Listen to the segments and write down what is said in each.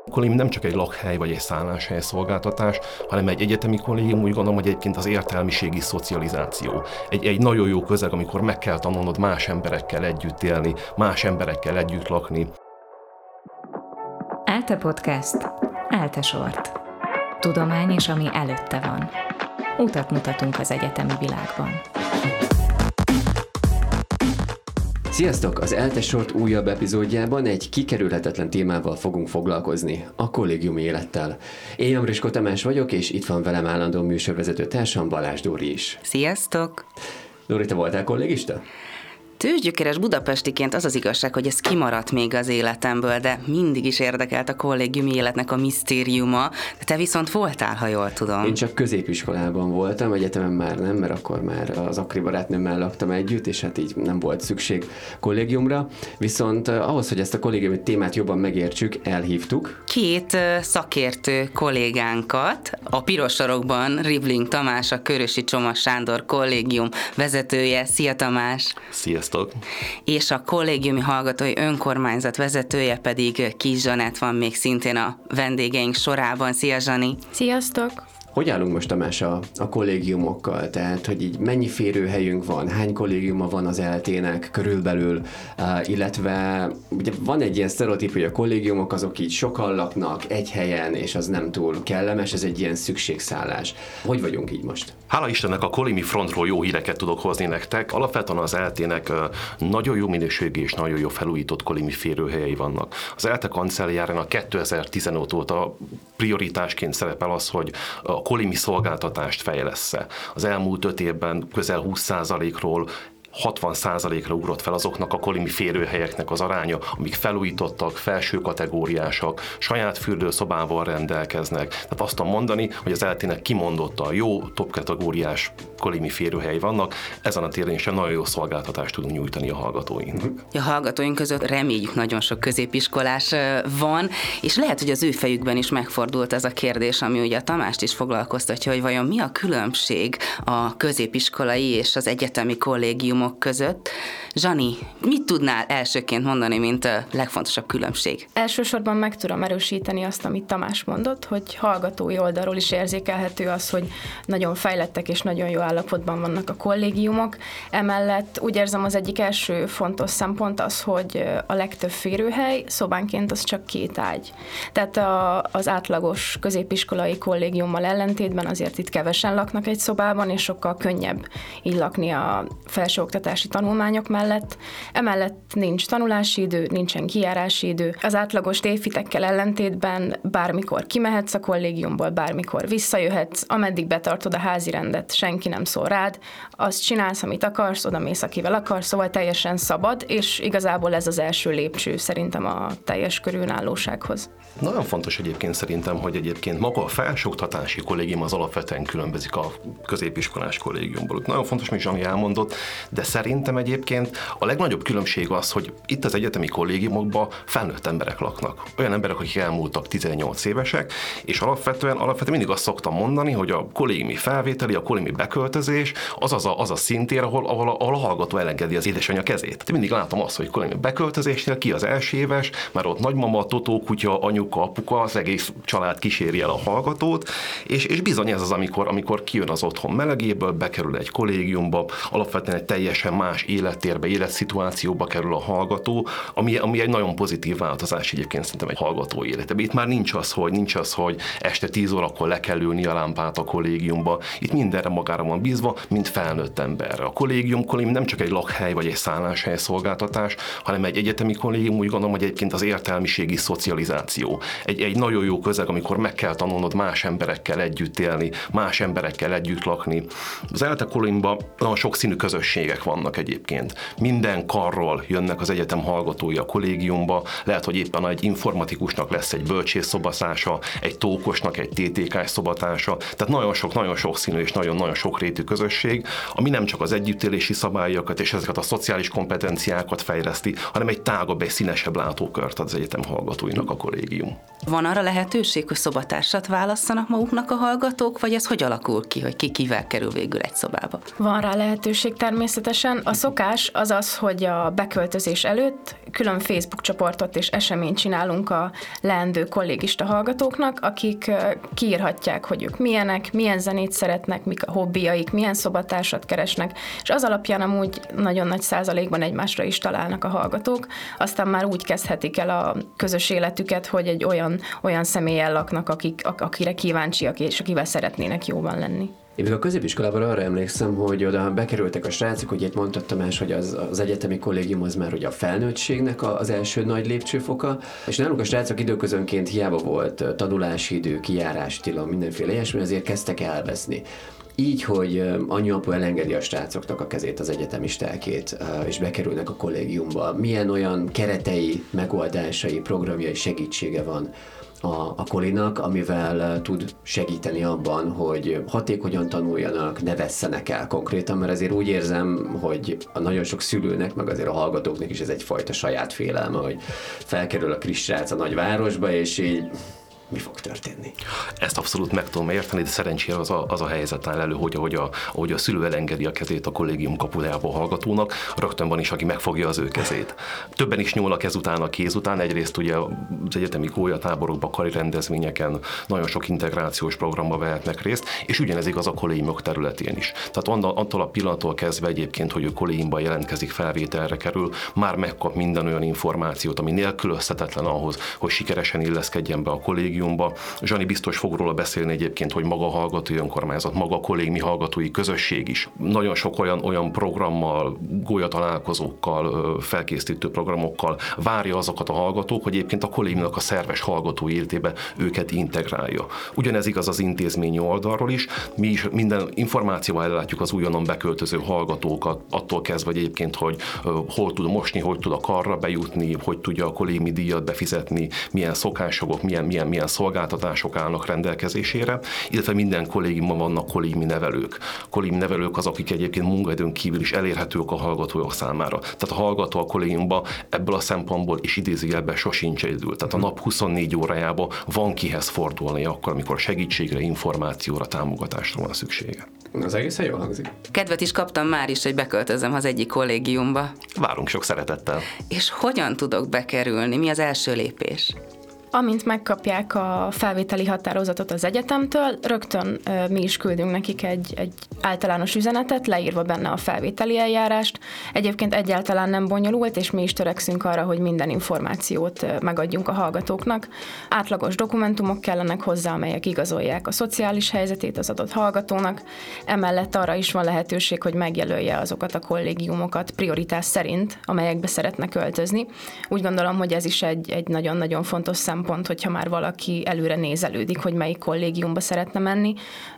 A kollégium nem csak egy lakhely vagy egy szálláshely szolgáltatás, hanem egy egyetemi kollégium, úgy gondolom, hogy egyébként az értelmiségi szocializáció. Egy nagyon jó közeg, amikor meg kell tanulnod más emberekkel együtt élni, más emberekkel együtt lakni. ELTE Podcast. ELTE Sort. Tudomány és ami előtte van. Utat mutatunk az egyetemi világban. Sziasztok! Az ELTE Sort újabb epizódjában egy kikerülhetetlen témával fogunk foglalkozni, a kollégiumi élettel. Én Jamriskó Tamás vagyok, és itt van velem állandó műsorvezető társam Balázs Dóri is. Sziasztok! Dóri, te voltál kollégista? Tőzsgyökeres budapestiként az az igazság, hogy ez kimaradt még az életemből, de mindig is érdekelt a kollégiumi életnek a misztériuma. De te viszont voltál, ha jól tudom. Én csak középiskolában voltam, egyetemen már nem, mert akkor már az akkori barátnőmmel laktam együtt, és hát így nem volt szükség kollégiumra. Viszont ahhoz, hogy ezt a kollégiumi témát jobban megértsük, elhívtuk Két szakértő kollégánkat, a piros sarokban Rivling Tamás, a Körösi Csomas Sándor kollégium vezetője. Szia Tamás! Sziasztok! És a kollégiumi hallgatói önkormányzat vezetője pedig Kis Zsanett van még szintén a vendégeink sorában. Szia Zsani! Sziasztok! Hogy állunk most, Tamás, a kollégiumokkal? Tehát, hogy így mennyi férőhelyünk van, hány kollégiuma van az ELTE-nek körülbelül, illetve ugye van egy ilyen sztereotíp, hogy a kollégiumok azok így sokan laknak egy helyen, és az nem túl kellemes, ez egy ilyen szükségszállás. Hogy vagyunk így most? Hála Istennek a kollégiumi frontról jó híreket tudok hozni nektek. Alapvetően az ELTE-nek nagyon jó minőségű és nagyon jó felújított kollégiumi férőhelyei vannak. Az ELTE kancelljárának 2015 óta prioritásként szerepel az, hogy a kollégiumi szolgáltatást fejlessze. Az elmúlt 5 évben közel 20%-ról 60%-ra ugrott fel azoknak a kollégiumi férőhelyeknek az aránya, amik felújítottak, felső kategóriásak, saját fürdőszobával rendelkeznek. Tehát azt tudom mondani, hogy az ELTE-nek kimondottan jó, top kategóriás kollégiumi férőhely vannak, ezen a téren is nagyon jó szolgáltatást tudunk nyújtani a hallgatóinknak. A hallgatóink között reméljük nagyon sok középiskolás van, és lehet, hogy az ő fejükben is megfordult ez a kérdés, ami ugye a Tamást is foglalkoztatja, hogy vajon mi a különbség a középiskolai és az egyetemi kollégiumok között. Zsani, mit tudnál elsőként mondani, mint a legfontosabb különbség? Elsősorban meg tudom erősíteni azt, amit Tamás mondott, hogy hallgatói oldalról is érzékelhető az, hogy nagyon fejlettek és nagyon jó állapotban vannak a kollégiumok. Emellett úgy érzem, az egyik első fontos szempont az, hogy a legtöbb férőhely szobánként az csak 2 ágy. Tehát az átlagos középiskolai kollégiummal ellentétben azért itt kevesen laknak egy szobában, és sokkal könnyebb így lakni a felsőoktatási tanulmányok mellett. Emellett nincs tanulási idő, nincsen kijárási idő. Az átlagos tévhitekkel ellentétben bármikor kimehetsz a kollégiumból, bármikor visszajöhetsz, ameddig betartod a házi rendet, senki nem szól rád, azt csinálsz, amit akarsz, oda mész, akivel akarsz, szóval teljesen szabad, és igazából ez az első lépcső szerintem a teljes körű önállósághoz. Nagyon fontos egyébként szerintem, hogy egyébként maga a felsőoktatási kollégium az alapvetően különbözik a középiskolás kollégiumból. Nagyon fontos, mint Zsani elmondott, de szerintem egyébként a legnagyobb különbség az, hogy itt az egyetemi kollégiumokban felnőtt emberek laknak. Olyan emberek, akik elmúltak 18 évesek, és alapvetően mindig azt szoktam mondani, hogy a kollégiumi felvételi, a kollégiumi beköltözés az a szintér, ahol a hallgató elengedi az édesanyja kezét. Mindig látom azt, hogy kollégiumi beköltözésnél ki az első éves, mert ott nagymama, totó, kutya, anyuka, apuka, az egész család kíséri el a hallgatót, és bizony ez az, amikor kijön az otthon melegéből, bekerül egy kollégiumba, alapvetően egy teljesen más élettérbe, életszituációba kerül a hallgató, ami egy nagyon pozitív változás egyébként szerintem egy hallgató életében. Itt már nincs az, hogy este 10 órakor le kell ülni a lámpát a kollégiumba. Itt mindenre magára van bízva, mint felnőtt emberre. A kollégium nem csak egy lakhely vagy egy szálláshely szolgáltatás, hanem egy egyetemi kollégium, úgy gondolom, hogy egyébként az értelmiségi szocializáció. Egy nagyon jó közeg, amikor meg kell tanulnod más emberekkel együtt élni, más emberekkel együtt lakni. Az ELTE kollégiumban nagyon sokszínű közösségek vannak egyébként. Minden karról jönnek az egyetem hallgatói a kollégiumba, lehet, hogy éppen egy informatikusnak lesz egy bölcsész szobatása, egy tókosnak egy TTK-s szobatása, tehát nagyon sok színű és nagyon sokrétű közösség, ami nem csak az együttélési szabályokat és ezeket a szociális kompetenciákat fejleszti, hanem egy tágabb, egy színesebb látókört ad az egyetem hallgatóinak a kollégium. Van arra lehetőség, hogy szobatársat válasszanak maguknak a hallgatók, vagy ez hogy alakul ki, hogy ki kivel kerül végül egy szobába? Van rá lehetőség természetesen. Természetesen a szokás az az, hogy a beköltözés előtt külön Facebook csoportot és eseményt csinálunk a leendő kollégista hallgatóknak, akik kiírhatják, hogy ők milyenek, milyen zenét szeretnek, mik a hobbiaik, milyen szobatársat keresnek, és az alapján amúgy nagyon nagy százalékban egymásra is találnak a hallgatók, aztán már úgy kezdhetik el a közös életüket, hogy egy olyan személlyel laknak, akire kíváncsiak, és akivel szeretnének jóban lenni. Én még a középiskolában arra emlékszem, hogy oda bekerültek a srácok, hogy itt mondta Tamás, hogy az egyetemi kollégium az már ugye a felnőttségnek az első nagy lépcsőfoka, és nálunk a srácok időközönként hiába volt tanulási idő, kijárási tilalom, mindenféle ilyesmi, azért kezdtek elveszni. Így, hogy anyu-apu elengedi a srácoknak a kezét, az egyetemistákét, és bekerülnek a kollégiumba, milyen olyan keretei, megoldásai, programjai, segítsége van a kolinak, amivel tud segíteni abban, hogy hatékonyan tanuljanak, ne vesszenek el konkrétan, mert azért úgy érzem, hogy a nagyon sok szülőnek, meg azért a hallgatóknak is ez egyfajta saját félelme, hogy felkerül a kis srác a nagyvárosba, és így mi fog történni. Ezt abszolút meg tudom érteni, de szerencsére az a helyzet áll elő, hogy a szülő elengedi a kezét a kollégium kapujába a hallgatónak, rögtön van is, aki megfogja az ő kezét. Többen is nyúlnak ezután a kéz után, egyrészt ugye az egyetemi gólyatáborokban, kari rendezvényeken nagyon sok integrációs programba vehetnek részt, és ugyanez igaz a kollégiumok területén is. Tehát attól a pillanattól kezdve egyébként, hogy ő kollégiumban jelentkezik, felvételre kerül, már megkap minden olyan információt, ami nélkülözhetetlen ahhoz, hogy sikeresen illeszkedjen be a kollégiumba. Zsani biztos fog róla beszélni egyébként, hogy maga a hallgatói önkormányzat, maga a kollégiumi hallgatói közösség is. Nagyon sok olyan programmal, gólyatalálkozókkal, felkészítő programokkal várja azokat a hallgatók, hogy egyébként a kollégiumnak a szerves hallgatói életébe őket integrálja. Ugyanez igaz az intézményi oldalról is. Mi is minden információval ellátjuk az újonnan beköltöző hallgatókat, attól kezdve egyébként, hogy hol tud mosni, hogy tud a karra bejutni, hogy tudja a kollégiumi díjat befizetni, milyen szokások, milyen szolgáltatások állnak rendelkezésére, illetve minden kollégiumban vannak kollégiumi nevelők. Kollégiumi nevelők azok, akik egyébként munkaidőn kívül is elérhetők a hallgatók számára. Tehát a hallgató a kollégiumban ebből a szempontból is idézőjelben sosincs egyedül. Tehát a nap 24 órájában van kihez fordulni akkor, amikor segítségre, információra, támogatásra van szüksége. Az egészen jól hangzik. Kedvet is kaptam már is, hogy beköltözöm az egyik kollégiumba. Várunk sok szeretettel. És hogyan tudok bekerülni? Mi az első lépés? Amint megkapják a felvételi határozatot az egyetemtől, rögtön mi is küldünk nekik egy általános üzenetet, leírva benne a felvételi eljárást. Egyébként egyáltalán nem bonyolult, és mi is törekszünk arra, hogy minden információt megadjunk a hallgatóknak. Átlagos dokumentumok kellenek hozzá, amelyek igazolják a szociális helyzetét az adott hallgatónak. Emellett arra is van lehetőség, hogy megjelölje azokat a kollégiumokat prioritás szerint, amelyekbe szeretne költözni. Úgy gondolom, hogy ez is egy nagyon-nagyon fontos szempont, hogyha már valaki előre nézelődik, hogy melyik kollégiumba szeretne menni,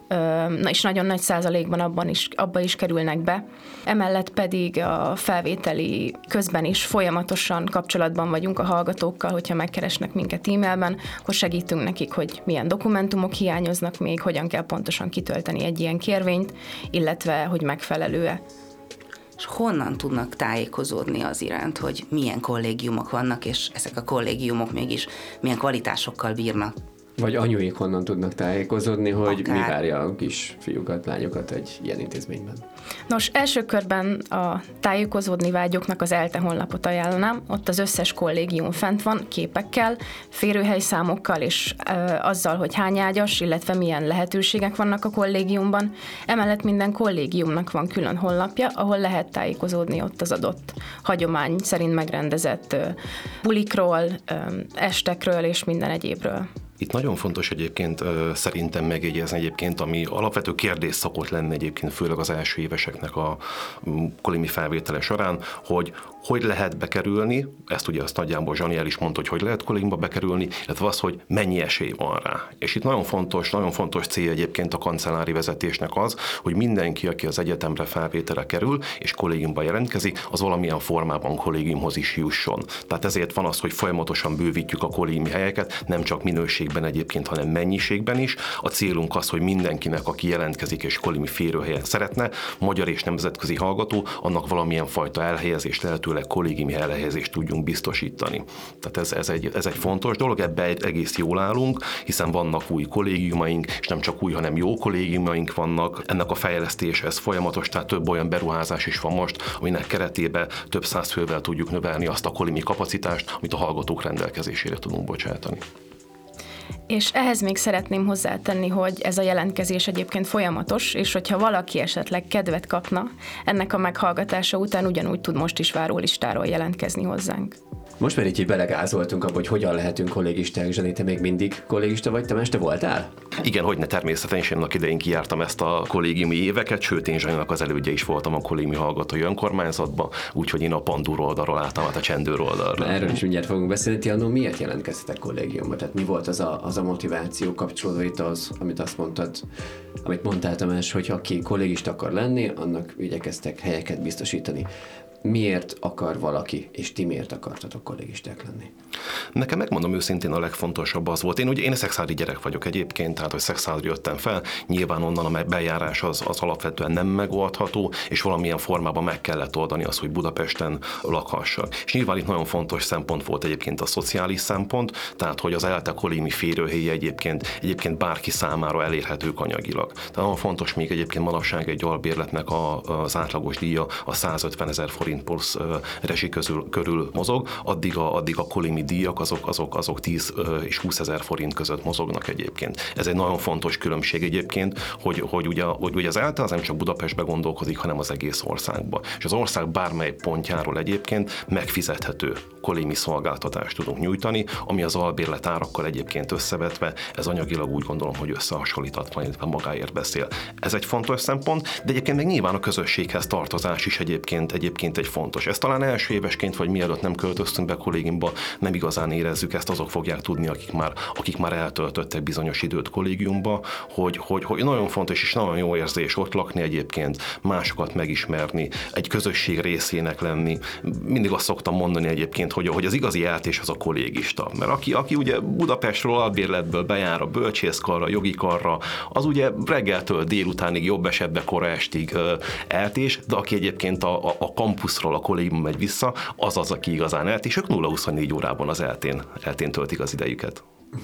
és nagyon nagy százalékban abba is kerülnek be. Emellett pedig a felvételi közben is folyamatosan kapcsolatban vagyunk a hallgatókkal, hogyha megkeresnek minket e-mailben, akkor segítünk nekik, hogy milyen dokumentumok hiányoznak még, hogyan kell pontosan kitölteni egy ilyen kérvényt, illetve hogy megfelelő-e. És honnan tudnak tájékozódni az iránt, hogy milyen kollégiumok vannak, és ezek a kollégiumok mégis milyen kvalitásokkal bírnak? Vagy anyuik honnan tudnak tájékozódni, hogy Akár. mi várja a kis fiúkat, lányokat egy ilyen intézményben? Nos, első körben a tájékozódni vágyóknak az ELTE honlapot ajánlanám. Ott az összes kollégium fent van, képekkel, férőhelyszámokkal és azzal, hogy hány ágyas, illetve milyen lehetőségek vannak a kollégiumban. Emellett minden kollégiumnak van külön honlapja, ahol lehet tájékozódni ott az adott hagyomány szerint megrendezett bulikról, estekről és minden egyébről. Itt nagyon fontos egyébként szerintem megjegyezni egyébként, ami alapvető kérdés szokott lenni egyébként, főleg az első éveseknek a kollégiumi felvétele során, hogy lehet bekerülni, ezt ugye azt nagyjából Zsani el is mondta, hogy lehet kollégiumba bekerülni, illetve az, hogy mennyi esély van rá. És itt nagyon fontos cél egyébként a kancellári vezetésnek az, hogy mindenki, aki az egyetemre felvételre kerül, és kollégiumba jelentkezik, az valamilyen formában kollégiumhoz is jusson. Tehát ezért van az, hogy folyamatosan bővítjük a kollégiumi helyeket, nem csak minőségi minőségben egyébként, hanem mennyiségben is. A célunk az, hogy mindenkinek, aki jelentkezik és kollégi férőhelyen szeretne, magyar és nemzetközi hallgató, annak valamilyen fajta elhelyezést, lehetőleg kollégiumi elhelyezést tudjunk biztosítani. Tehát ez egy fontos dolog, ebben egész jól állunk, hiszen vannak új kollégiumaink, és nem csak új, hanem jó kollégiumaink vannak. Ennek a fejlesztése ez folyamatos, tehát több olyan beruházás is van most, aminek keretében több száz fővel tudjuk növelni azt a kollégiumi kapacitást, amit a hallgatók rendelkezésére tudunk bocsátani. És ehhez még szeretném hozzátenni, hogy ez a jelentkezés egyébként folyamatos, és hogyha valaki esetleg kedvet kapna, ennek a meghallgatása után ugyanúgy tud most is várólistáról jelentkezni hozzánk. Most már így belegázoltunk abba, hogy hogyan lehetünk kollégisták. Zsani, te még mindig kollégista vagy? Tamás, te voltál? Igen, hogyne, természetesen én annak idején kijártam ezt a kollégiumi éveket, sőt én Zsaninak az elődje is voltam a kollégiumi hallgatói önkormányzatban, úgyhogy én a pandúr oldalról álltam át a csendőr oldalra. Erről is mindjárt fogunk beszélni. Ti annól miért jelentkeztetek kollégiumba? Tehát mi volt az a motiváció kapcsolódva itt az, amit mondtál, Tamás, hogy aki kollégista akar lenni, annak igyekeztek helyeket biztosítani. Miért akar valaki, és ti miért akartatok kollégisták lenni? Nekem megmondom őszintén a legfontosabb az volt. Én szexádi gyerek vagyok egyébként, tehát hogy Szexádra jöttem fel, nyilván onnan a bejárás az alapvetően nem megoldható, és valamilyen formában meg kellett oldani azt, hogy Budapesten lakhassak. És nyilván itt nagyon fontos szempont volt egyébként a szociális szempont, tehát hogy az ELTE kollégiumi férőhelye egyébként bárki számára elérhetők anyagilag. Tehát nagyon fontos még egyébként manapság egy albérletnek az átlagos díja a 150 000 forint plusz rezsi körül mozog, addig a kollégiumi díjak azok 10 és 20 000 forint között mozognak egyébként. Ez egy nagyon fontos különbség egyébként, hogy ugye az ELTE az nem csak Budapestbe gondolkozik, hanem az egész országba. És az ország bármely pontjáról egyébként megfizethető kollégiumi szolgáltatást tudunk nyújtani, ami az albérlet árakkal egyébként összevetve, ez anyagilag úgy gondolom, hogy összehasonlítható, illetve magáért beszél. Ez egy fontos szempont, de egyébként meg nyilván a közösséghez tartozás is egyébként egy fontos. Ez talán első évesként, vagy mielőtt nem költöztünk be kollégiumba, nem igazán érezzük ezt, azok fogják tudni, akik már eltöltöttek bizonyos időt kollégiumba, hogy nagyon fontos és nagyon jó érzés ott lakni egyébként, másokat megismerni, egy közösség részének lenni. Mindig azt szoktam mondani egyébként, hogy az igazi eltés az a kollégista. Mert aki ugye Budapestről albérletből bejár a bölcsészkarra, jogi karra, az ugye reggeltől délutánig, jobb esetben kora estig eltés, de aki egyébként a kampuszról a kollégium megy vissza, az, aki igazán eltés, ők 0-24 órában az eltén töltik az idejüket.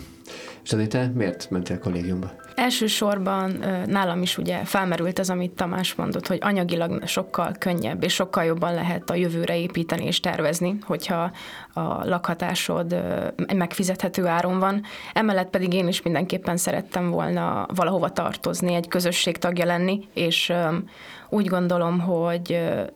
Zsani, te miért mentél kollégiumba? Elsősorban nálam is ugye felmerült az, amit Tamás mondott, hogy anyagilag sokkal könnyebb és sokkal jobban lehet a jövőre építeni és tervezni, hogyha a lakhatásod megfizethető áron van. Emellett pedig én is mindenképpen szerettem volna valahova tartozni, egy közösség tagja lenni, és úgy gondolom, hogy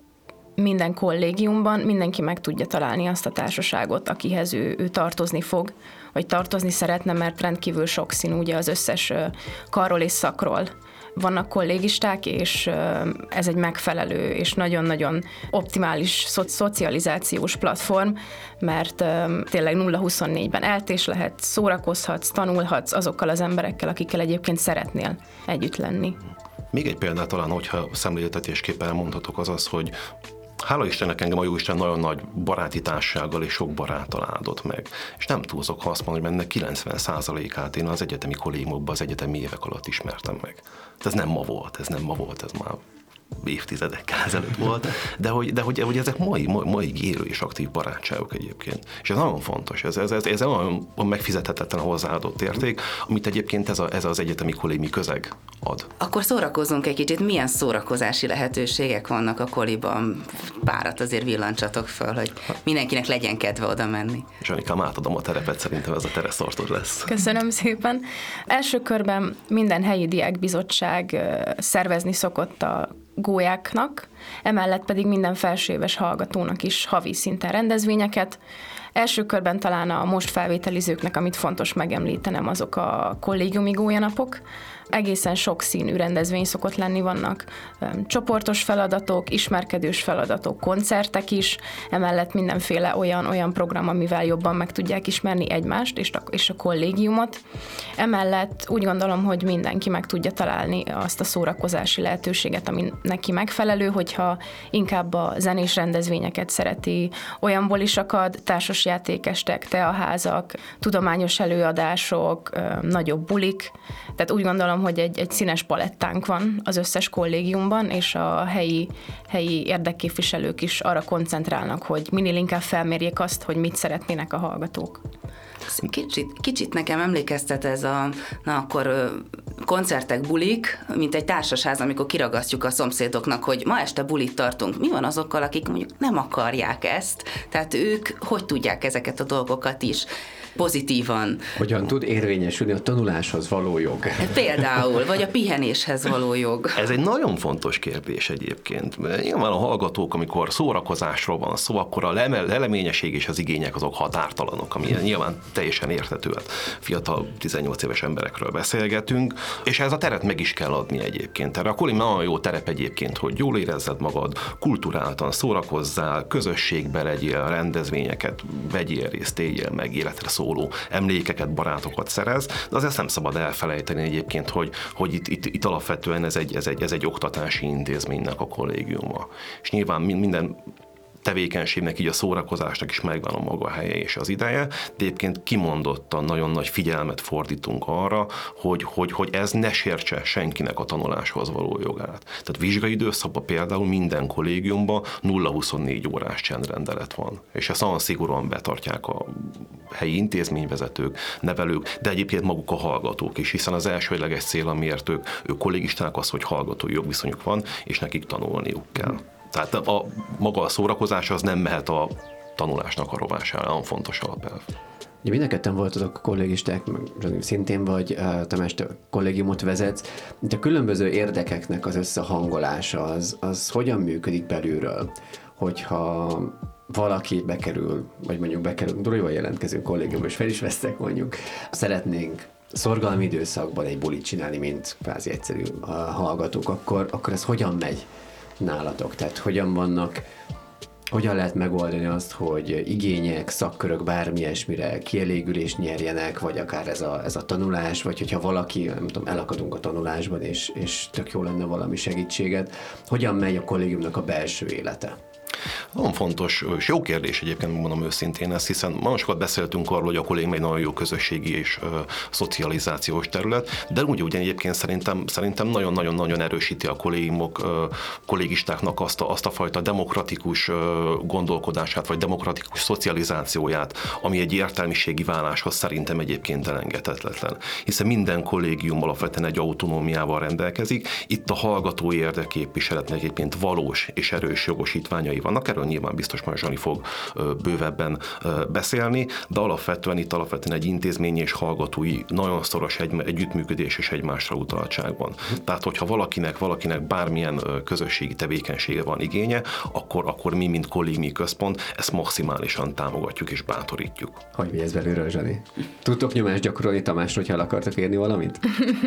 minden kollégiumban mindenki meg tudja találni azt a társaságot, akihez ő tartozni fog, vagy tartozni szeretne, mert rendkívül sokszínű ugye az összes karról és szakról. Vannak kollégisták, és ez egy megfelelő és nagyon-nagyon optimális szocializációs platform, mert tényleg 0-24-ben eltés lehet, szórakozhatsz, tanulhatsz azokkal az emberekkel, akikkel egyébként szeretnél együtt lenni. Még egy példát talán, hogyha szemléltetésképpen elmondhatok, az, hogy hála Istennek engem a Jóisten nagyon nagy baráti társasággal és sok baráttal áldott meg. És nem túlzok, ha azt mondom, hogy ennek 90%-át én az egyetemi kollégiumokban az egyetemi évek alatt ismertem meg. Ez nem ma volt, ez már évtizedekkel ezelőtt volt, de hogy ezek mai élő és aktív barátságok egyébként. És ez nagyon fontos, ez olyan megfizethetetlen hozzáadott érték, amit egyébként ez az egyetemi kollégiumi közeg ad. Akkor szórakozzunk egy kicsit, milyen szórakozási lehetőségek vannak a koliban? Párat azért villancsatok föl, hogy mindenkinek legyen kedve oda menni. Zsanikám, átadom a terepet, szerintem ez a tereszortod lesz. Köszönöm szépen. Első körben minden helyi diákbizottság szervezni szokott a gólyáknak, emellett pedig minden felsőéves hallgatónak is havi szinten rendezvényeket. Első körben talán a most felvételizőknek, amit fontos megemlítenem, azok a kollégiumi gólyanapok. Egészen sokszínű rendezvény szokott lenni, vannak csoportos feladatok, ismerkedős feladatok, koncertek is, emellett mindenféle olyan program, amivel jobban meg tudják ismerni egymást és a kollégiumot. Emellett úgy gondolom, hogy mindenki meg tudja találni azt a szórakozási lehetőséget, ami neki megfelelő, hogyha inkább a zenés rendezvényeket szereti, olyanból is akad társas társasjátékestek, teaházak, tudományos előadások, nagyobb bulik. Tehát úgy gondolom, hogy egy színes palettánk van az összes kollégiumban, és a helyi érdekképviselők is arra koncentrálnak, hogy minél inkább felmérjék azt, hogy mit szeretnének a hallgatók. Kicsit nekem emlékeztet ez akkor koncertek, bulik, mint egy társasház, amikor kiragasztjuk a szomszédoknak, hogy ma este bulit tartunk. Mi van azokkal, akik mondjuk nem akarják ezt? Tehát ők hogy tudják ezeket a dolgokat is pozitívan? Hogyan tud érvényesülni a tanuláshoz való jog? Például, vagy a pihenéshez való jog. Ez egy nagyon fontos kérdés egyébként. Nyilván a hallgatók, amikor szórakozásról van szó, akkor a leleményesség és az igények azok határtalanok, ami nyilván teljesen érthető. Fiatal 18 éves emberekről beszélgetünk, és ez a teret meg is kell adni egyébként. Erre a kolim nagyon jó terep egyébként, hogy jól érezzed magad, kulturáltan szórakozzál, közösségbe legyél, rendezvényeket vegyél részt, éljél meg, életre szóló emlékeket, barátokat szerez, de azért nem szabad elfelejteni egyébként, hogy itt alapvetően ez egy oktatási intézménynek a kollégiuma. És nyilván minden tevékenységnek, így a szórakozásnak is megvan a maga helye és az ideje, de egyébként kimondottan nagyon nagy figyelmet fordítunk arra, hogy ez ne sértse senkinek a tanuláshoz való jogát. Tehát vizsgai időszakban például minden kollégiumban 0-24 órás csendrendelet van, és ezt nagyon szigorúan betartják a helyi intézményvezetők, nevelők, de egyébként maguk a hallgatók is, hiszen az elsődleges cél, amiért ők kollégisták, az, hogy hallgatói jogviszonyuk van, és nekik tanulniuk kell. Tehát maga a szórakozás az nem mehet a tanulásnak a rovására, nagyon fontos alapelv. Mind a ketten voltatok kollégisták, szintén vagy, Tamás, te kollégiumot vezetsz. Itt a különböző érdekeknek az összehangolása, az hogyan működik belülről? Hogyha valaki bekerül, vagy mondjuk durva jelentkező kollégiumba, és fel is vesztek mondjuk, szeretnénk szorgalmi időszakban egy bulit csinálni, mint kvázi egyszerű hallgatók, akkor ez hogyan megy nálatok? Tehát hogyan lehet megoldani azt, hogy igények, szakkörök bármi ilyesmire kielégülést nyerjenek, vagy akár ez a tanulás, vagy hogyha valaki, nem tudom, elakadunk a tanulásban, és tök jó lenne valami segítséget, hogyan megy a kollégiumnak a belső élete? Nagyon fontos, és jó kérdés egyébként, mondom őszintén ezt, hiszen nagyon sokat beszéltünk arról, hogy a kollégium egy nagyon jó közösségi és szocializációs terület, de úgy egyébként szerintem nagyon-nagyon erősíti a kollégistáknak azt a fajta demokratikus gondolkodását, vagy demokratikus szocializációját, ami egy értelmiségi váláshoz szerintem egyébként elengedhetetlen. Hiszen minden kollégium alapvetően egy autonómiával rendelkezik, itt a hallgatói érdekképviseletnek egyébként valós és erős jogosítványai vannak, erről nyilván biztos majd Zsani fog bővebben beszélni, de alapvetően egy intézményi és hallgatói nagyon szoros együttműködés és egymásra utaltságban. Tehát, hogyha valakinek bármilyen közösségi tevékenysége van igénye, akkor mi, mint kollégiumi központ, ezt maximálisan támogatjuk és bátorítjuk. Hogy mi ez belőle, Zsani? Tudtok nyomást gyakorolni Tamásra, hogyha el akartak érni valamit?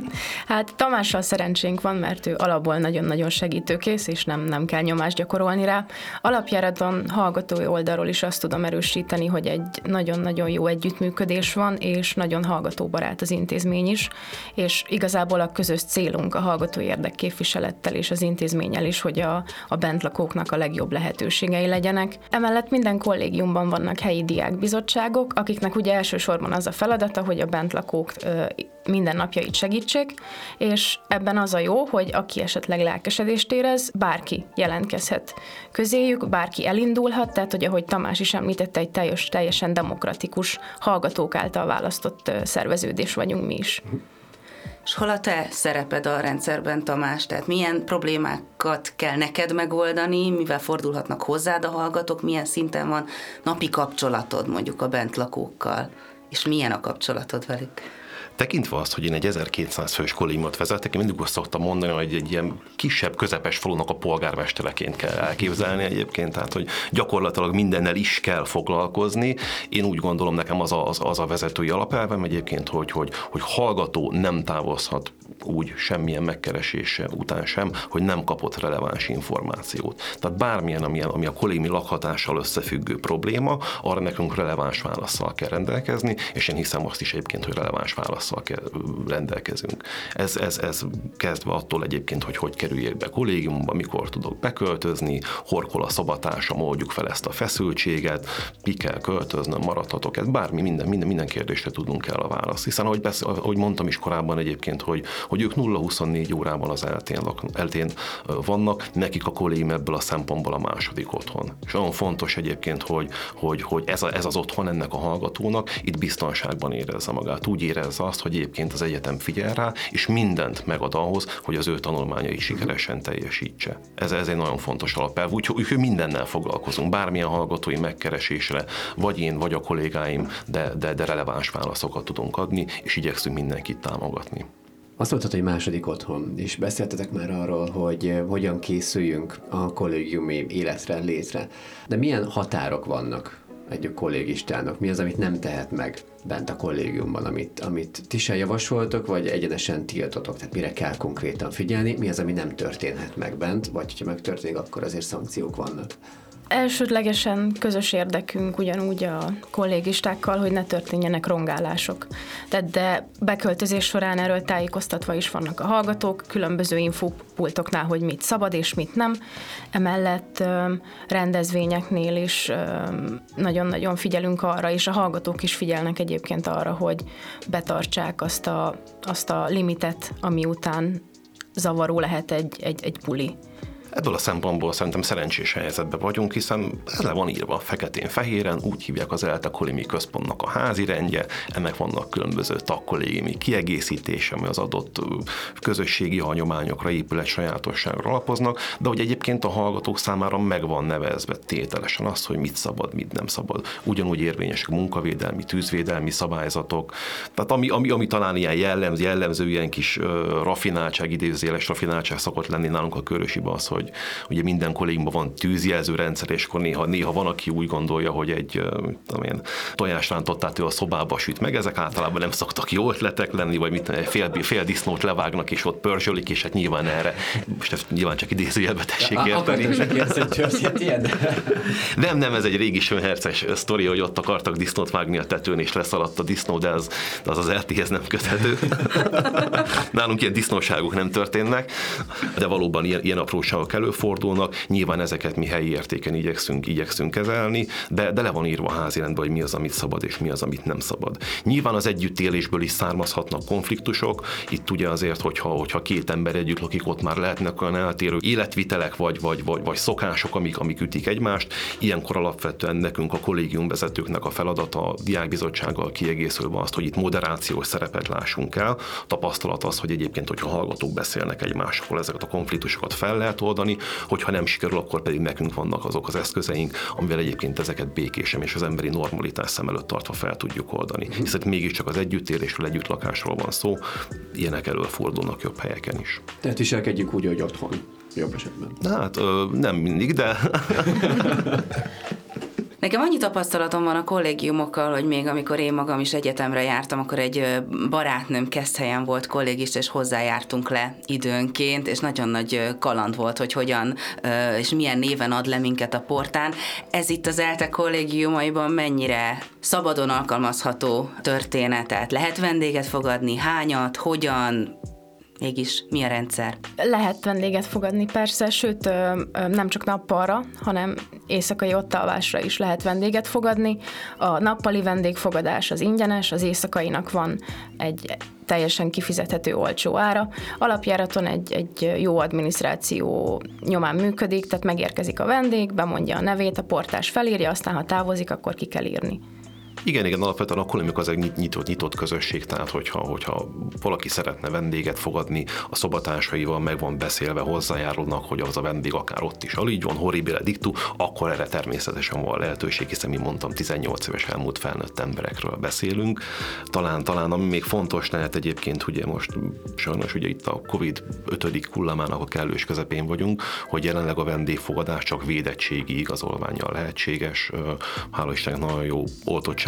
Hát Tamással szerencsénk van, mert ő alapból nagyon-nagyon segítőkész, és nem kell nyomást gyakorolni rá. Alapjáraton hallgatói oldalról is azt tudom erősíteni, hogy egy nagyon-nagyon jó együttműködés van, és nagyon hallgatóbarát az intézmény is, és igazából a közös célunk a hallgatói érdekképviselettel és az intézménnyel is, hogy a bentlakóknak a legjobb lehetőségei legyenek. Emellett minden kollégiumban vannak helyi diákbizottságok, akiknek ugye elsősorban az a feladata, hogy a bentlakók mindennapjait segítsék, és ebben az a jó, hogy aki esetleg lelkesedést érez, bárki jelentkezhet közéjük, bárki elindulhat, tehát hogy ahogy Tamás is említette, egy teljesen demokratikus hallgatók által választott szerveződés vagyunk mi is. És hol a te szereped a rendszerben, Tamás? Tehát milyen problémákat kell neked megoldani, mivel fordulhatnak hozzád a hallgatók, milyen szinten van napi kapcsolatod mondjuk a bentlakókkal, és milyen a kapcsolatod velük? Tekintve azt, hogy én egy 1200 fős kollégiumot vezetek, én mindig azt szoktam mondani, hogy egy ilyen kisebb, közepes falunak a polgármestereként kell elképzelni egyébként, tehát hogy gyakorlatilag mindennel is kell foglalkozni. Én úgy gondolom, nekem az a vezetői alapelvem egyébként, hogy hallgató nem távozhat úgy semmilyen megkeresése után sem, hogy nem kapott releváns információt. Tehát bármilyen, ami a kollégiumi lakhatással összefüggő probléma, arra nekünk releváns válasszal kell rendelkezni, és én hiszem azt is egyébként, hogy releváns válasszal kell rendelkezünk. Ez kezdve attól egyébként, hogy kerüljék be kollégiumba, mikor tudok beköltözni, horkol a szobatársam, oldjuk fel ezt a feszültséget, ki kell költöznöm, maradhatok, ez bármi, minden kérdésre tudnunk kell a választ. Hiszen ahogy mondtam is korábban egyébként, hogy ők 0-24 órában az eltén vannak, nekik a kollégium ebből a szempontból a második otthon. És nagyon fontos egyébként, hogy ez az otthon ennek a hallgatónak itt biztonságban érezze magát. Úgy érezze azt, hogy egyébként az egyetem figyel rá, és mindent megad ahhoz, hogy az ő tanulmányait sikeresen teljesítse. Ez egy nagyon fontos alapelv, úgyhogy mindennel foglalkozunk, bármilyen hallgatói megkeresésre, vagy én, vagy a kollégáim, de releváns válaszokat tudunk adni, és igyekszünk mindenkit támogatni. Azt mondtad, hogy második otthon, és beszéltetek már arról, hogy hogyan készüljünk a kollégiumi életre, létre. De milyen határok vannak egy kollégistának? Mi az, amit nem tehet meg bent a kollégiumban, amit ti sem javasoltok, vagy egyenesen tiltotok? Tehát mire kell konkrétan figyelni? Mi az, ami nem történhet meg bent, vagy ha megtörténik, akkor azért szankciók vannak? Elsődlegesen közös érdekünk ugyanúgy a kollégistákkal, hogy ne történjenek rongálások. De beköltözés során erről tájékoztatva is vannak a hallgatók, különböző infopultoknál, hogy mit szabad és mit nem. Emellett rendezvényeknél is nagyon-nagyon figyelünk arra, és a hallgatók is figyelnek egyébként arra, hogy betartsák azt a limitet, ami után zavaró lehet egy buli. Ebből a szempontból szerintem szerencsés helyzetben vagyunk, hiszen ez le van írva feketén-fehéren, úgy hívják az ELTE kollégiumi központnak a házi rendje, ennek vannak különböző tagkollégiumi kiegészítése, ami az adott közösségi hagyományokra, épület sajátosságra alapoznak, de hogy egyébként a hallgatók számára meg van nevezve tételesen az, hogy mit szabad, mit nem szabad. Ugyanúgy érvényesek munkavédelmi, tűzvédelmi szabályzatok, tehát ami talán ilyen jellemző ilyen kis rafináltság, idézőjeles rafináltság szokott lenni nálunk a Körösiben az, hogy ugye minden kollégiumban van tűzjelző rendszer, és akkor néha van, aki úgy gondolja, hogy egy tojásrántottát ő a szobába süt meg, ezek általában nem szoktak jó ötletek lenni, vagy fél disznót levágnak, és ott pörzsölik, és hát nyilván erre, most ezt nyilván csak idézőjelbe tessék érteni. Nem, ez egy régi Schönherces sztori, hogy ott akartak disznót vágni a tetőn, és leszaladt a disznó, de az eltéhez nem köthető. Nálunk ilyen disznóságok nem történnek, de valóban ilyen apróságok előfordulnak, nyilván ezeket mi helyi értéken igyekszünk kezelni, de le van írva a házirendben, hogy mi az, amit szabad, és mi az, amit nem szabad. Nyilván az együttélésből is származhatnak konfliktusok, itt ugye azért, hogyha két ember együtt lakik, ott már lehetnek olyan eltérő életvitelek, vagy szokások, amik ütik egymást. Ilyenkor alapvetően nekünk a kollégiumvezetőknek a feladata, a diákbizottsággal kiegészülve azt, hogy itt moderációs szerepet lássunk el. Tapasztalat az, hogy egyébként, hogyha hallgatók beszélnek egymással, ezeket a konfliktusokat fel lehet oldani, hogyha nem sikerül, akkor pedig nekünk vannak azok az eszközeink, amivel egyébként ezeket békésen és az emberi normalitás szem előtt tartva fel tudjuk oldani. Hiszen mégiscsak az együttélésről, együttlakásról van szó, ilyenek előfordulnak jobb helyeken is. Tehát viselkedjünk úgy, hogy otthon, jobb esetben. Hát nem mindig, de... Nekem annyi tapasztalatom van a kollégiumokkal, hogy még amikor én magam is egyetemre jártam, akkor egy barátnőm Keszthelyen volt kollégista, és hozzájártunk le időnként, és nagyon nagy kaland volt, hogy hogyan és milyen néven ad le minket a portán. Ez itt az ELTE kollégiumaiban mennyire szabadon alkalmazható történet? Tehát lehet vendéget fogadni, hányat, hogyan? Mégis mi a rendszer? Lehet vendéget fogadni persze, sőt nem csak nappalra, hanem éjszakai ottalvásra is lehet vendéget fogadni. A nappali vendégfogadás az ingyenes, az éjszakainak van egy teljesen kifizethető olcsó ára. Alapjáraton egy jó adminisztráció nyomán működik, tehát megérkezik a vendég, bemondja a nevét, a portás felírja, aztán ha távozik, akkor ki kell írni. Igen, alapvetően a kollégiumok az egy nyitott közösség, tehát hogyha valaki szeretne vendéget fogadni, a szobatársaival meg van beszélve, hozzájárulnak, hogy az a vendég akár ott is aludjon, horribile dictu, akkor erre természetesen van lehetőség, hiszen mi mondtam, 18 éves elmúlt felnőtt emberekről beszélünk. Talán ami még fontos lehet egyébként, ugye most sajnos ugye itt a Covid 5. hullamának a kellős közepén vagyunk, hogy jelenleg a vendégfogadás csak védettségi igazolvánnyal lehetséges. Hála Istennek nagyon jó oltottság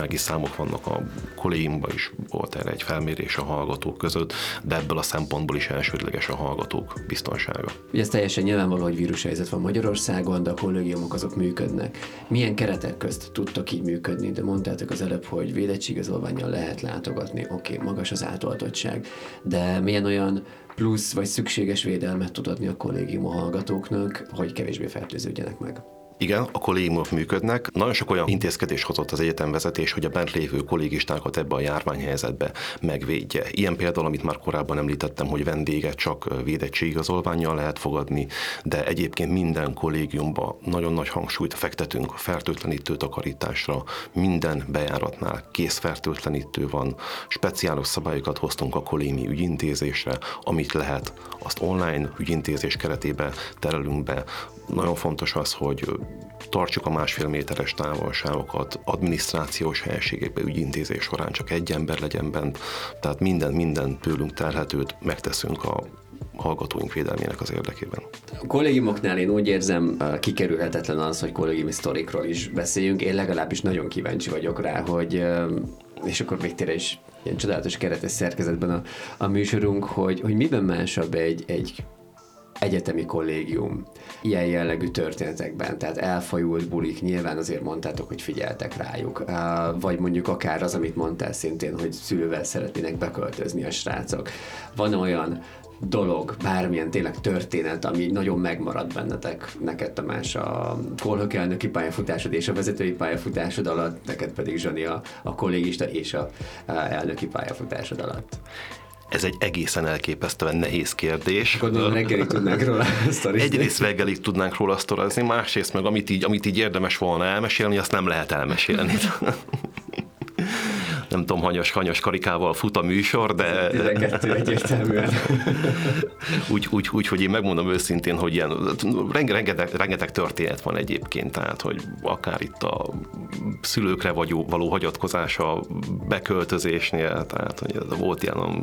biztonsági számok vannak a kollégiumban is, volt erre egy felmérés a hallgatók között, de ebből a szempontból is elsődleges a hallgatók biztonsága. Ugye ez teljesen nyilvánvaló, hogy vírushelyzet van Magyarországon, de a kollégiumok azok működnek. Milyen keretek közt tudtok így működni? De mondtátok az előbb, hogy védettségigazolvánnyal lehet látogatni, oké, magas az átoltottság, de milyen olyan plusz vagy szükséges védelmet tud adni a kollégium a hallgatóknak, hogy kevésbé fertőződjenek meg? Igen, a kollégiumok működnek. Nagyon sok olyan intézkedés hozott az egyetemvezetés, hogy a bent lévő kollégistákat ebbe a járványhelyzetbe megvédje. Ilyen például, amit már korábban említettem, hogy vendéget csak védettségigazolvánnyal lehet fogadni, de egyébként minden kollégiumban nagyon nagy hangsúlyt fektetünk a fertőtlenítő takarításra, minden bejáratnál készfertőtlenítő van, speciális szabályokat hoztunk a kollégiumi ügyintézésre, amit lehet, azt online ügyintézés keretében terelünk be. Nagyon fontos az, hogy tartsuk a 1,5 méteres távolságokat, adminisztrációs helységekben ügyintézés során csak egy ember legyen bent, tehát minden tőlünk telhetőt megteszünk a hallgatóink védelmének az érdekében. A kollégiumoknál én úgy érzem, kikerülhetetlen az, hogy kollégiumi sztorikról is beszéljünk. Én legalábbis nagyon kíváncsi vagyok rá, hogy és akkor még tényleg is ilyen csodálatos keretes szerkezetben a műsorunk, hogy miben másabb egy egyetemi kollégium ilyen jellegű történetekben, tehát elfajult bulik, nyilván azért mondtátok, hogy figyeltek rájuk, vagy mondjuk akár az, amit mondtál szintén, hogy szülővel szeretnének beköltözni a srácok. Van olyan dolog, bármilyen tényleg történet, ami nagyon megmaradt bennetek, neked Tamás a kolhök elnöki pályafutásod és a vezetői pályafutásod alatt, neked pedig Zsani a kollégista és a elnöki pályafutásod alatt? Ez egy egészen elképesztően nehéz kérdés. Gondolom reggelig tudnánk róla sztorizni. Egyrészt reggelig tudnánk róla sztorizni, másrészt meg amit így érdemes volna elmesélni, azt nem lehet elmesélni. Nem tudom, hanyas karikával fut a műsor, de... 12 egyértelműen. Úgy, hogy én megmondom őszintén, hogy ilyen rengeteg történet van egyébként, tehát, hogy akár itt a szülőkre való hagyatkozás a beköltözésnél, tehát, hogy volt ilyen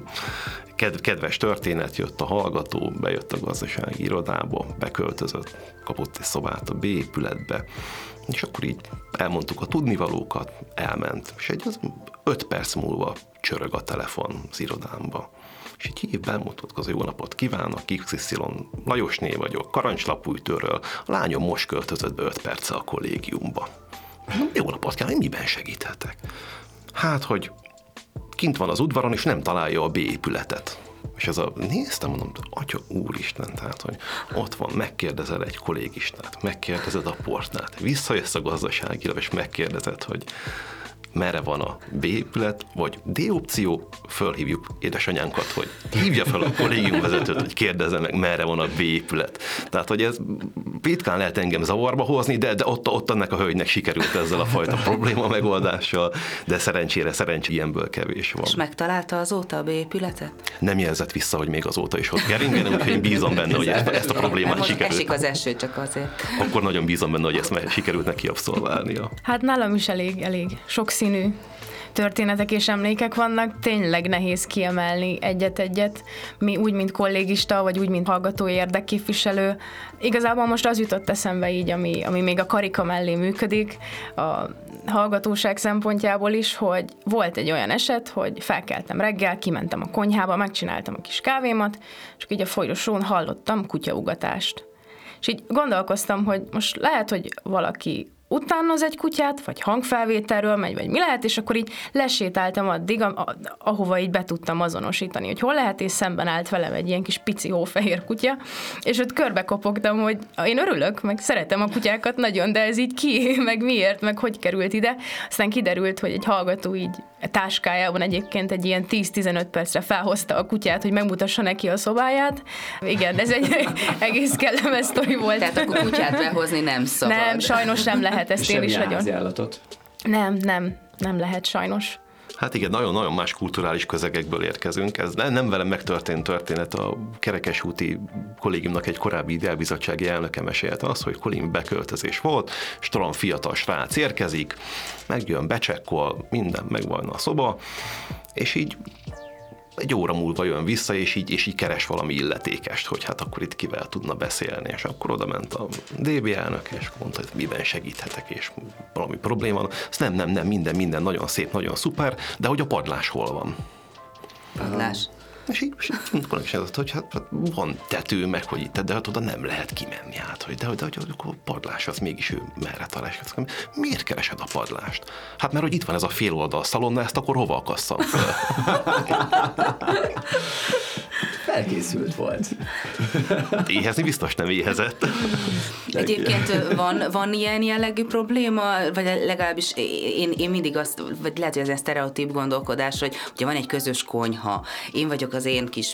kedves történet, jött a hallgató, bejött a gazdasági irodába, beköltözött, kapott egy szobát a B épületbe, és akkor így elmondtuk a tudnivalókat, elment, és egy 5 perc múlva csörög a telefon az irodámba. És így hív, bemutatkozó, jó napot kívánok, XY Lajosné vagyok, Karancslapújtőről, a lányom most költözött be 5 perce a kollégiumba. Jó napot kívánok, miben segíthetek? Hát, hogy kint van az udvaron, és nem találja a B épületet. És néztem, mondom, atya úristen, tehát, hogy ott van, megkérdezel egy kollégistát, megkérdezed a portnát, visszajössz a gazdaságira, és megkérdezed, hogy merre van a B épület, vagy D opció, fölhívjuk édesanyánkat, hogy hívja fel a kollégiumvezetőt, hogy kérdezze meg, merre van a B épület. Tehát, hogy ez ritkán lehet engem zavarba hozni, de ott ennek a hölgynek sikerült ezzel a fajta probléma megoldással, de szerencsére ilyenből kevés van. És megtalálta azóta a B épületet? Nem jelzett vissza, hogy még azóta is ott keringenem, úgyhogy én bízom benne, hogy ezt a problémát sikerült. Esik az eső csak azért. Akkor nagyon bízom benne, hogy ezt sikerült neki abszolválnia. Hát nálam is elég sokszínű történetek és emlékek vannak, tényleg nehéz kiemelni egyet-egyet, mi úgy, mint kollégista, vagy úgy, mint hallgató érdekképviselő. Igazából most az jutott eszembe így, ami még a karika mellé működik, a hallgatóság szempontjából is, hogy volt egy olyan eset, hogy felkeltem reggel, kimentem a konyhába, megcsináltam a kis kávémat, és így a folyosón hallottam kutyaugatást. És így gondolkoztam, hogy most lehet, hogy valaki utánoz egy kutyát, vagy hangfelvételről megy, vagy mi lehet, és akkor így lesétáltam addig, ahova így be tudtam azonosítani, hogy hol lehet, és szemben állt velem egy ilyen kis pici hófehér kutya, és ott körbe kopogtam, hogy én örülök, meg szeretem a kutyákat nagyon, de ez így ki, meg miért, meg hogy került ide. Aztán kiderült, hogy egy hallgató így táskájában egyébként egy ilyen 10-15 percre felhozta a kutyát, hogy megmutassa neki a szobáját. Igen, ez egy egész kellemes sztori volt. Tehát akkor kutyát behozni nem szabad. Nem, sajnos nem lehet, ezt én is nagyon... Állatot. Nem lehet sajnos. Hát igen, nagyon-nagyon más kulturális közegekből érkezünk. Ez nem velem megtörtént történet, a Kerekesúti kollégiumnak egy korábbi ideálbizottsági elnöke mesélte azt, hogy kollégium beköltözés volt, és talán fiatal srác érkezik, megjön, becsekkol, minden megvan a szoba, és így egy óra múlva jön vissza, és így keres valami illetékest, hogy hát akkor itt kivel tudna beszélni, és akkor oda ment a DB elnök, és mondta, hogy miben segíthetek, és valami probléma van. Azt nem, minden nagyon szép, nagyon szuper, de hogy a padlás hol van? Padlás. És így hogy hát van tető, meg hogy itt, de hát oda nem lehet kimenni át, de a padlás az mégis ő merre talál. Miért keresed a padlást? Hát mert hogy itt van ez a fél oldal szalonna, ezt akkor hova akasszam fel? Felkészült volt. Éhezni biztos nem éhezett. Egyébként van ilyen jellegű probléma, vagy legalábbis én mindig azt, vagy lehet, hogy ez egy sztereotíp gondolkodás, hogy ugye van egy közös konyha, én vagyok az én kis,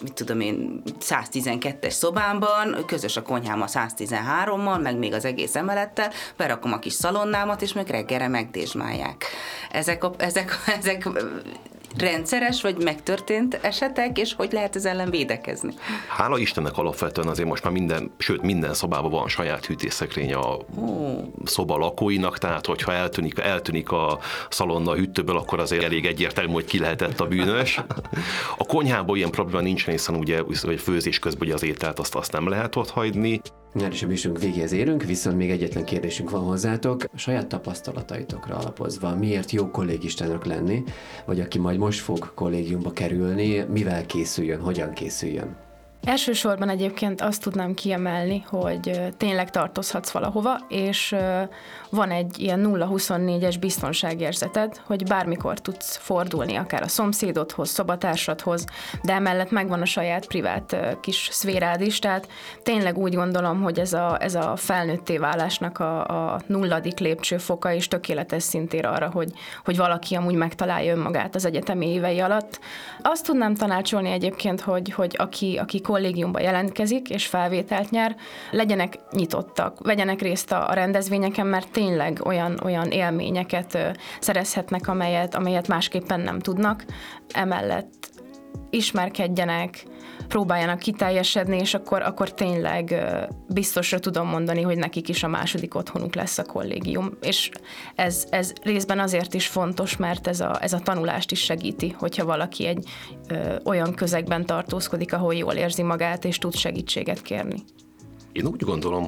112-es szobámban, közös a konyhám a 113-mal, meg még az egész emelettel, berakom a kis szalonnámat, és meg reggelre megdésmálják. Ezek rendszeres, vagy megtörtént esetek, és hogy lehet ez ellen védekezni? Hála Istennek alapvetően azért most már minden szobában van saját hűtésszekrény a szoba lakóinak, tehát hogyha eltűnik a szalonna a hűtőből, akkor azért elég egyértelmű, hogy ki lehetett a bűnös. A konyhában ilyen probléma nincsen, hiszen ugye főzés közben ugye az ételt azt nem lehet ott hagyni. Már is a műsorunk végéhez érünk, viszont még egyetlen kérdésünk van hozzátok. A saját tapasztalataitokra alapozva, miért jó kollégistának lenni, vagy aki majd most fog kollégiumba kerülni, mivel készüljön, hogyan készüljön? Elsősorban egyébként azt tudnám kiemelni, hogy tényleg tartozhatsz valahova, és van egy ilyen 0-24-es biztonságérzeted, hogy bármikor tudsz fordulni, akár a szomszédodhoz, szobatársadhoz, de emellett megvan a saját privát kis szférád is, tehát tényleg úgy gondolom, hogy ez a felnőtté válásnak a 0. lépcsőfoka és tökéletes szintér arra, hogy valaki amúgy megtalálja önmagát az egyetemi évei alatt. Azt tudnám tanácsolni egyébként, hogy aki kollégiumba jelentkezik és felvételt nyer, legyenek nyitottak, vegyenek részt a rendezvényeken, mert tényleg olyan élményeket szerezhetnek, amelyet másképpen nem tudnak. Emellett ismerkedjenek, próbáljanak kiteljesedni, és akkor tényleg biztosra tudom mondani, hogy nekik is a második otthonuk lesz a kollégium. És ez részben azért is fontos, mert ez a tanulást is segíti, hogyha valaki egy olyan közegben tartózkodik, ahol jól érzi magát, és tud segítséget kérni. Én úgy gondolom,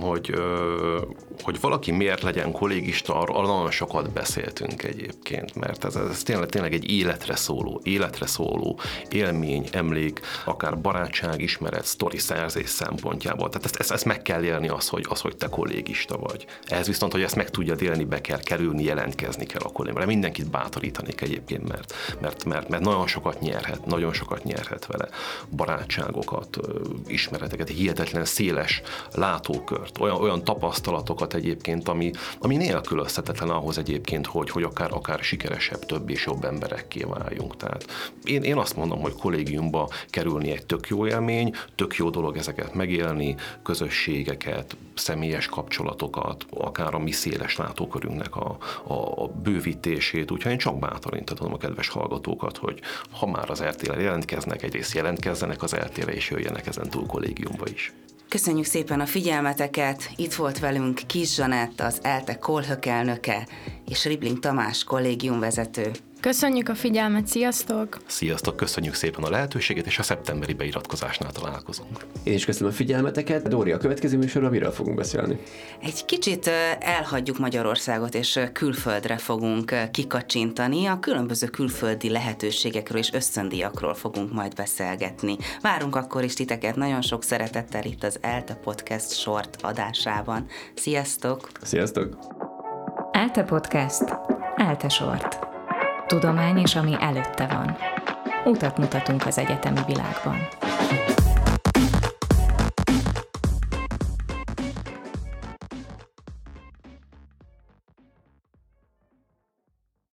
hogy valaki miért legyen kollégista, arról nagyon sokat beszéltünk egyébként, mert ez tényleg egy életre szóló élmény, emlék, akár barátság, ismeret, sztori szerzés szempontjából. Tehát ezt meg kell élni az, hogy te kollégista vagy. Ehhez viszont, hogy ezt meg tudjad élni, be kell kerülni, jelentkezni kell a kollégiumra. Mindenkit bátorítanék egyébként, mert nagyon sokat nyerhet vele. Barátságokat, ismereteket, hihetetlen széles látókört, olyan tapasztalatokat egyébként, ami nélkülözhetetlen ahhoz egyébként, hogy akár sikeresebb, több és jobb emberekké váljunk. Tehát én azt mondom, hogy kollégiumba kerülni egy tök jó élmény, tök jó dolog ezeket megélni, közösségeket, személyes kapcsolatokat, akár a mi széles látókörünknek a bővítését, úgyhogy én csak bátorítatom a kedves hallgatókat, hogy ha már az RTL-re jelentkeznek, egyrészt jelentkezzenek az RTL-re és jöjjenek ezen túl kollégiumba is. Köszönjük szépen a figyelmeteket, itt volt velünk Kis Zsanett, az ELTE Kolhök elnöke, és Ribling Tamás kollégiumvezető. Köszönjük a figyelmet, sziasztok! Sziasztok, köszönjük szépen a lehetőséget, és a szeptemberi beiratkozásnál találkozunk. Én is köszönöm a figyelmeteket. Dóri, a következő műsorban miről fogunk beszélni? Egy kicsit elhagyjuk Magyarországot, és külföldre fogunk kikacsintani. A különböző külföldi lehetőségekről és ösztöndíjakról fogunk majd beszélgetni. Várunk akkor is titeket nagyon sok szeretettel itt az ELTE Podcast Short adásában. Sziasztok! Sziasztok! ELTE Podcast, ELTE Short. Tudomány és ami előtte van. Utat mutatunk az egyetemi világban.